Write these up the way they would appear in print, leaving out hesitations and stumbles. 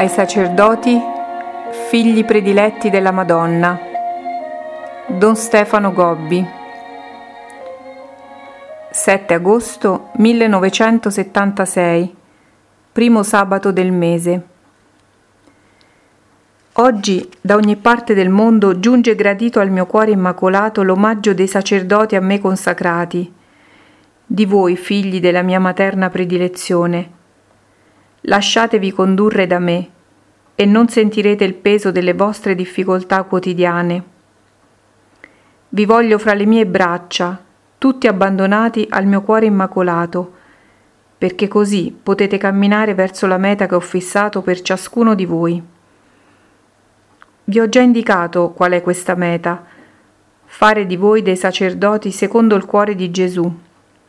ai sacerdoti, figli prediletti della Madonna. Don Stefano Gobbi. 7 agosto 1976, primo sabato del mese. Oggi da ogni parte del mondo giunge gradito al mio cuore immacolato l'omaggio dei sacerdoti a me consacrati, di voi figli della mia materna predilezione. Lasciatevi condurre da me e non sentirete il peso delle vostre difficoltà quotidiane. Vi voglio fra le mie braccia, tutti abbandonati al mio cuore immacolato, perché così potete camminare verso la meta che ho fissato per ciascuno di voi. Vi ho già indicato qual è questa meta: fare di voi dei sacerdoti secondo il cuore di Gesù.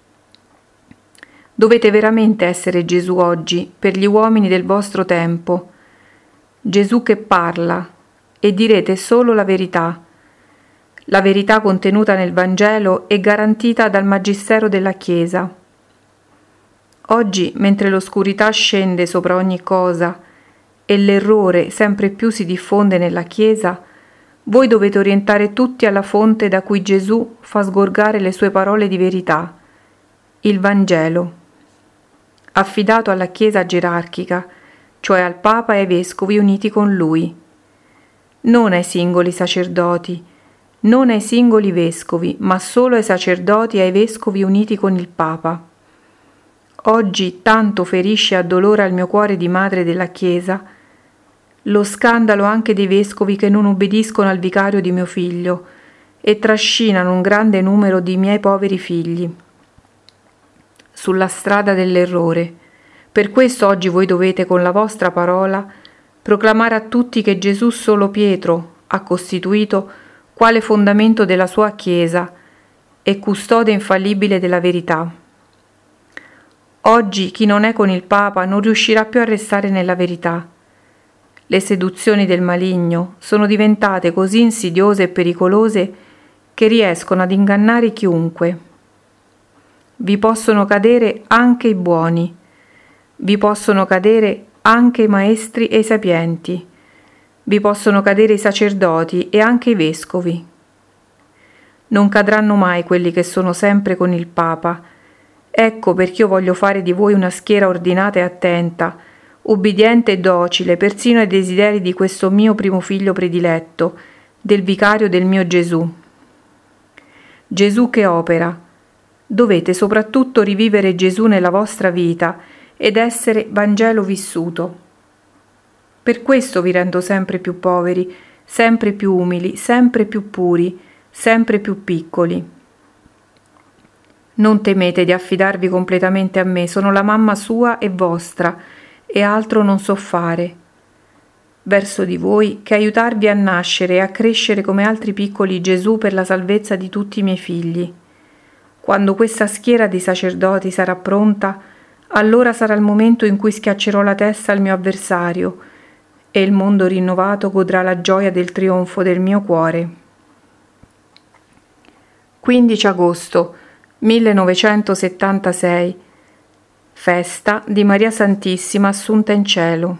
Dovete veramente essere Gesù oggi per gli uomini del vostro tempo, Gesù che parla, e direte solo la verità contenuta nel Vangelo e garantita dal Magistero della Chiesa. Oggi, mentre l'oscurità scende sopra ogni cosa e l'errore sempre più si diffonde nella Chiesa, voi dovete orientare tutti alla fonte da cui Gesù fa sgorgare le sue parole di verità, il Vangelo, affidato alla Chiesa gerarchica, cioè al Papa e ai Vescovi uniti con lui, non ai singoli sacerdoti, non ai singoli Vescovi, ma solo ai sacerdoti e ai Vescovi uniti con il Papa. Oggi tanto ferisce e addolora il mio cuore di madre della Chiesa lo scandalo anche dei Vescovi che non obbediscono al vicario di mio figlio e trascinano un grande numero di miei poveri figli sulla strada dell'errore. Per questo oggi voi dovete con la vostra parola proclamare a tutti che Gesù solo Pietro ha costituito quale fondamento della sua Chiesa e custode infallibile della verità. Oggi chi non è con il Papa non riuscirà più a restare nella verità. Le seduzioni del maligno sono diventate così insidiose e pericolose che riescono ad ingannare chiunque. Vi possono cadere anche i buoni, vi possono cadere anche i maestri e i sapienti, vi possono cadere i sacerdoti e anche i vescovi. Non cadranno mai quelli che sono sempre con il Papa. Ecco perché io voglio fare di voi una schiera ordinata e attenta, ubbidiente e docile persino ai desideri di questo mio primo figlio prediletto, del vicario del mio Gesù. Gesù che opera. Dovete soprattutto rivivere Gesù nella vostra vita ed essere Vangelo vissuto. Per questo vi rendo sempre più poveri, sempre più umili, sempre più puri, sempre più piccoli. Non temete di affidarvi completamente a me, sono la mamma sua e vostra, e altro non so fare verso di voi che aiutarvi a nascere e a crescere come altri piccoli Gesù per la salvezza di tutti i miei figli. Quando questa schiera di sacerdoti sarà pronta, allora sarà il momento in cui schiaccerò la testa al mio avversario e il mondo rinnovato godrà la gioia del trionfo del mio cuore. 15 agosto 1976, festa di Maria Santissima Assunta in cielo.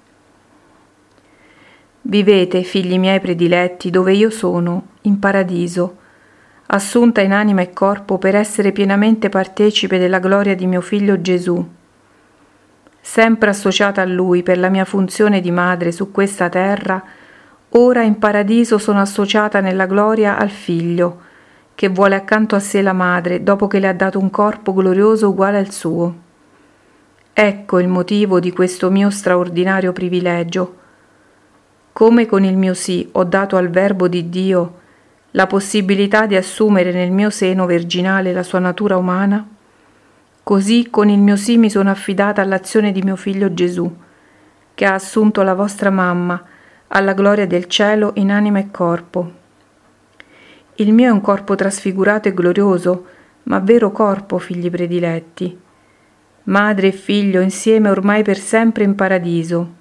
Vivete, figli miei prediletti, dove io sono, in paradiso, assunta in anima e corpo per essere pienamente partecipe della gloria di mio figlio Gesù. Sempre associata a Lui per la mia funzione di madre su questa terra, ora in paradiso sono associata nella gloria al Figlio, che vuole accanto a sé la madre dopo che le ha dato un corpo glorioso uguale al suo. Ecco il motivo di questo mio straordinario privilegio. Come con il mio sì ho dato al Verbo di Dio la possibilità di assumere nel mio seno virginale la sua natura umana, così con il mio sì mi sono affidata all'azione di mio figlio Gesù, che ha assunto la vostra mamma alla gloria del cielo in anima e corpo. Il mio è un corpo trasfigurato e glorioso, ma vero corpo, figli prediletti. Madre e figlio insieme ormai per sempre in paradiso.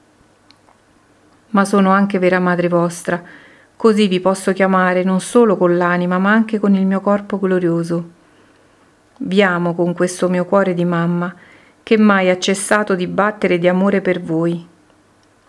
Ma sono anche vera madre vostra, così vi posso chiamare non solo con l'anima, ma anche con il mio corpo glorioso. Vi amo con questo mio cuore di mamma, che mai ha cessato di battere di amore per voi.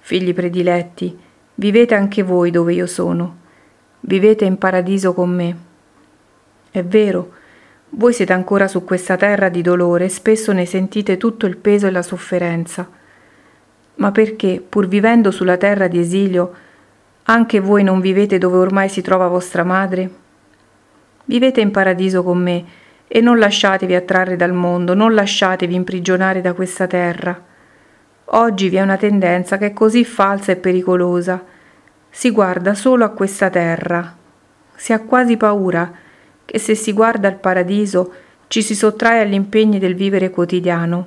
Figli prediletti, vivete anche voi dove io sono. Vivete in paradiso con me. È vero, voi siete ancora su questa terra di dolore e spesso ne sentite tutto il peso e la sofferenza. Ma perché, pur vivendo sulla terra di esilio, anche voi non vivete dove ormai si trova vostra madre? Vivete in paradiso con me e non lasciatevi attrarre dal mondo, non lasciatevi imprigionare da questa terra. Oggi vi è una tendenza che è così falsa e pericolosa. Si guarda solo a questa terra. Si ha quasi paura che se si guarda al paradiso ci si sottrae agli impegni del vivere quotidiano.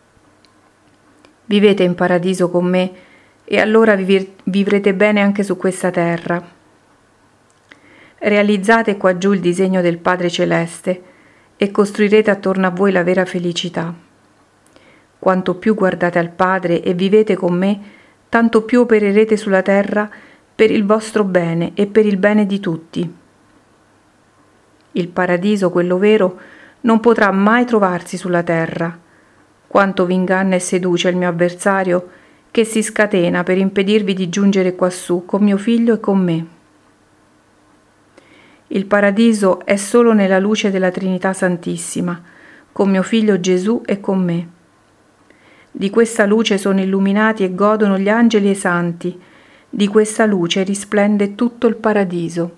Vivete in paradiso con me e allora vivrete bene anche su questa terra. Realizzate qua giù il disegno del Padre Celeste e costruirete attorno a voi la vera felicità. Quanto più guardate al Padre e vivete con me, tanto più opererete sulla terra per il vostro bene e per il bene di tutti. Il paradiso, quello vero, non potrà mai trovarsi sulla terra. Quanto vi inganna e seduce il mio avversario, che si scatena per impedirvi di giungere quassù con mio figlio e con me. Il paradiso è solo nella luce della Trinità Santissima, con mio figlio Gesù e con me. Di questa luce sono illuminati e godono gli angeli e i santi, di questa luce risplende tutto il paradiso.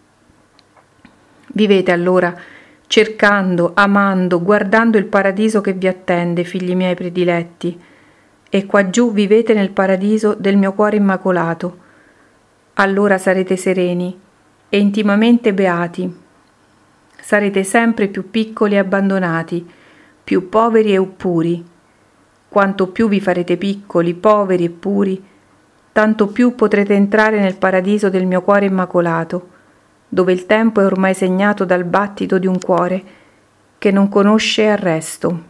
Vivete allora cercando, amando, guardando il paradiso che vi attende, figli miei prediletti, e qua giù vivete nel paradiso del mio cuore immacolato. Allora sarete sereni e intimamente beati. Sarete sempre più piccoli e abbandonati, più poveri e puri. Quanto più vi farete piccoli, poveri e puri, tanto più potrete entrare nel paradiso del mio cuore immacolato, dove il tempo è ormai segnato dal battito di un cuore che non conosce arresto.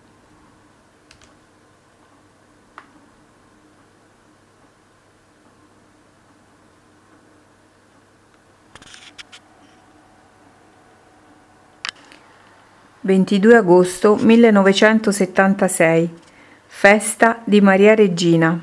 «22 agosto 1976. Festa di Maria Regina.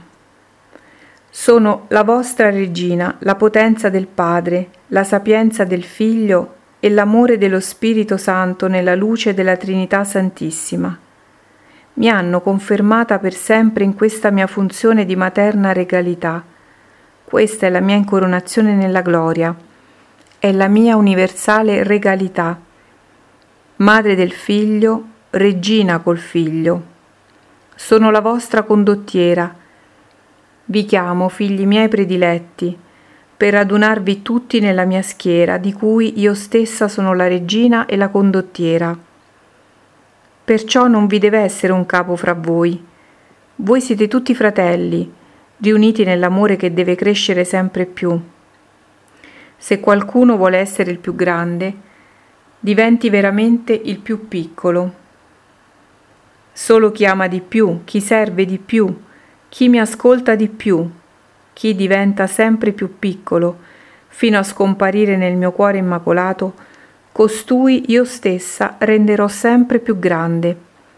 Sono la vostra Regina, la potenza del Padre, la sapienza del Figlio e l'amore dello Spirito Santo nella luce della Trinità Santissima. Mi hanno confermata per sempre in questa mia funzione di materna regalità. Questa è la mia incoronazione nella gloria. È la mia universale regalità. Madre del Figlio, Regina col Figlio. Sono la vostra condottiera. Vi chiamo, figli miei prediletti, per radunarvi tutti nella mia schiera, di cui io stessa sono la regina e la condottiera. Perciò non vi deve essere un capo fra voi. Voi siete tutti fratelli, riuniti nell'amore che deve crescere sempre più. Se qualcuno vuole essere il più grande, diventi veramente il più piccolo. Solo chi ama di più, chi serve di più, chi mi ascolta di più, chi diventa sempre più piccolo, fino a scomparire nel mio cuore immacolato, costui io stessa renderò sempre più grande.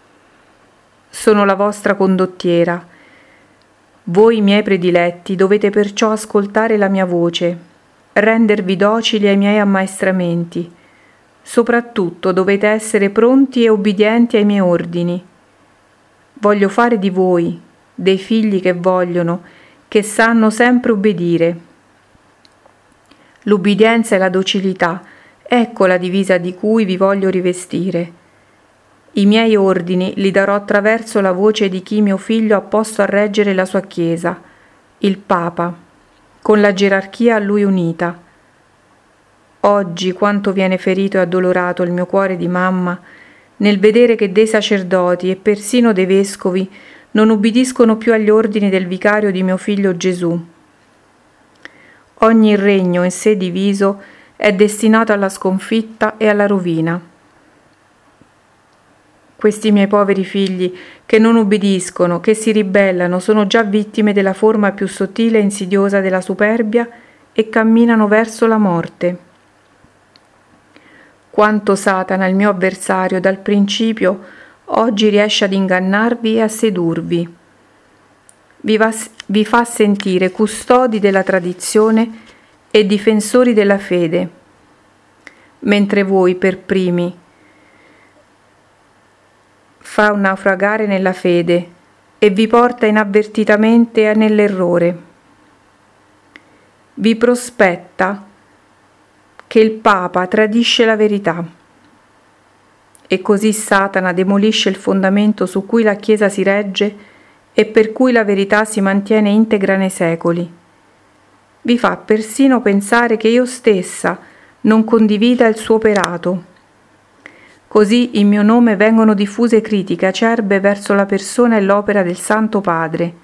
Sono la vostra condottiera. Voi, miei prediletti, dovete perciò ascoltare la mia voce, rendervi docili ai miei ammaestramenti. Soprattutto dovete essere pronti e obbedienti ai miei ordini. Voglio fare di voi dei figli che vogliono, che sanno sempre obbedire. L'ubbidienza e la docilità, ecco la divisa di cui vi voglio rivestire. I miei ordini li darò attraverso la voce di chi mio figlio ha posto a reggere la sua Chiesa, il Papa, con la gerarchia a lui unita. Oggi quanto viene ferito e addolorato il mio cuore di mamma nel vedere che dei sacerdoti e persino dei vescovi non ubbidiscono più agli ordini del vicario di mio figlio Gesù. Ogni regno in sé diviso è destinato alla sconfitta e alla rovina. Questi miei poveri figli che non ubbidiscono, che si ribellano, sono già vittime della forma più sottile e insidiosa della superbia e camminano verso la morte. Quanto Satana, il mio avversario, dal principio, oggi riesce ad ingannarvi e a sedurvi. vi fa sentire custodi della tradizione e difensori della fede, mentre voi per primi fa naufragare nella fede e vi porta inavvertitamente nell'errore. Vi prospetta che il Papa tradisce la verità e così Satana demolisce il fondamento su cui la Chiesa si regge e per cui la verità si mantiene integra nei secoli. Vi fa persino pensare che io stessa non condivida il suo operato. Così in mio nome vengono diffuse critiche acerbe verso la persona e l'opera del Santo Padre.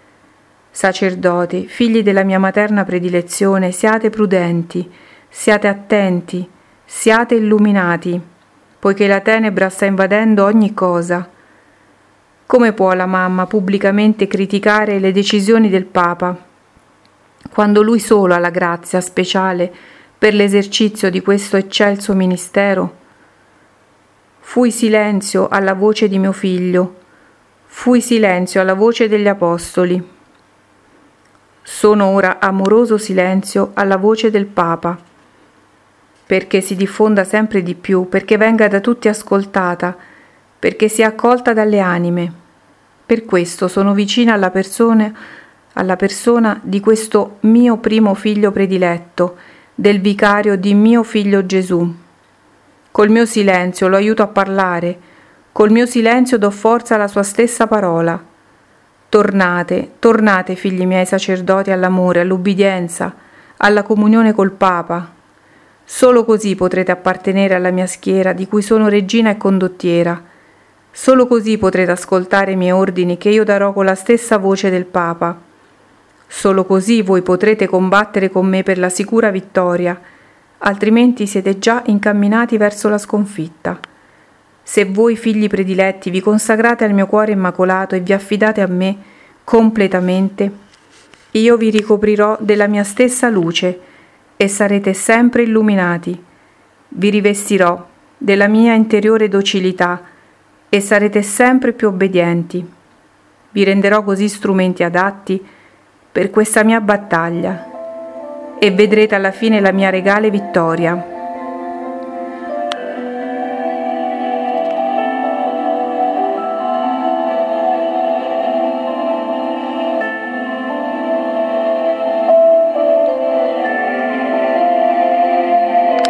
Sacerdoti, figli della mia materna predilezione, siate prudenti, siate attenti, siate illuminati, poiché la tenebra sta invadendo ogni cosa. Come può la mamma pubblicamente criticare le decisioni del Papa, quando lui solo ha la grazia speciale per l'esercizio di questo eccelso ministero? Fui silenzio alla voce di mio figlio, fui silenzio alla voce degli apostoli. Sono ora amoroso silenzio alla voce del Papa, perché si diffonda sempre di più, perché venga da tutti ascoltata, perché sia accolta dalle anime. Per questo sono vicina alla persona di questo mio primo figlio prediletto, del vicario di mio figlio Gesù. Col mio silenzio lo aiuto a parlare, col mio silenzio do forza alla sua stessa parola. Tornate, tornate, figli miei sacerdoti, all'amore, all'ubbidienza, alla comunione col Papa. Solo così potrete appartenere alla mia schiera, di cui sono regina e condottiera. Solo così potrete ascoltare i miei ordini che io darò con la stessa voce del Papa. Solo così voi potrete combattere con me per la sicura vittoria, altrimenti siete già incamminati verso la sconfitta. Se voi, figli prediletti, vi consacrate al mio cuore immacolato e vi affidate a me completamente, io vi ricoprirò della mia stessa luce e sarete sempre illuminati. Vi rivestirò della mia interiore docilità e sarete sempre più obbedienti. Vi renderò così strumenti adatti per questa mia battaglia e vedrete alla fine la mia regale vittoria.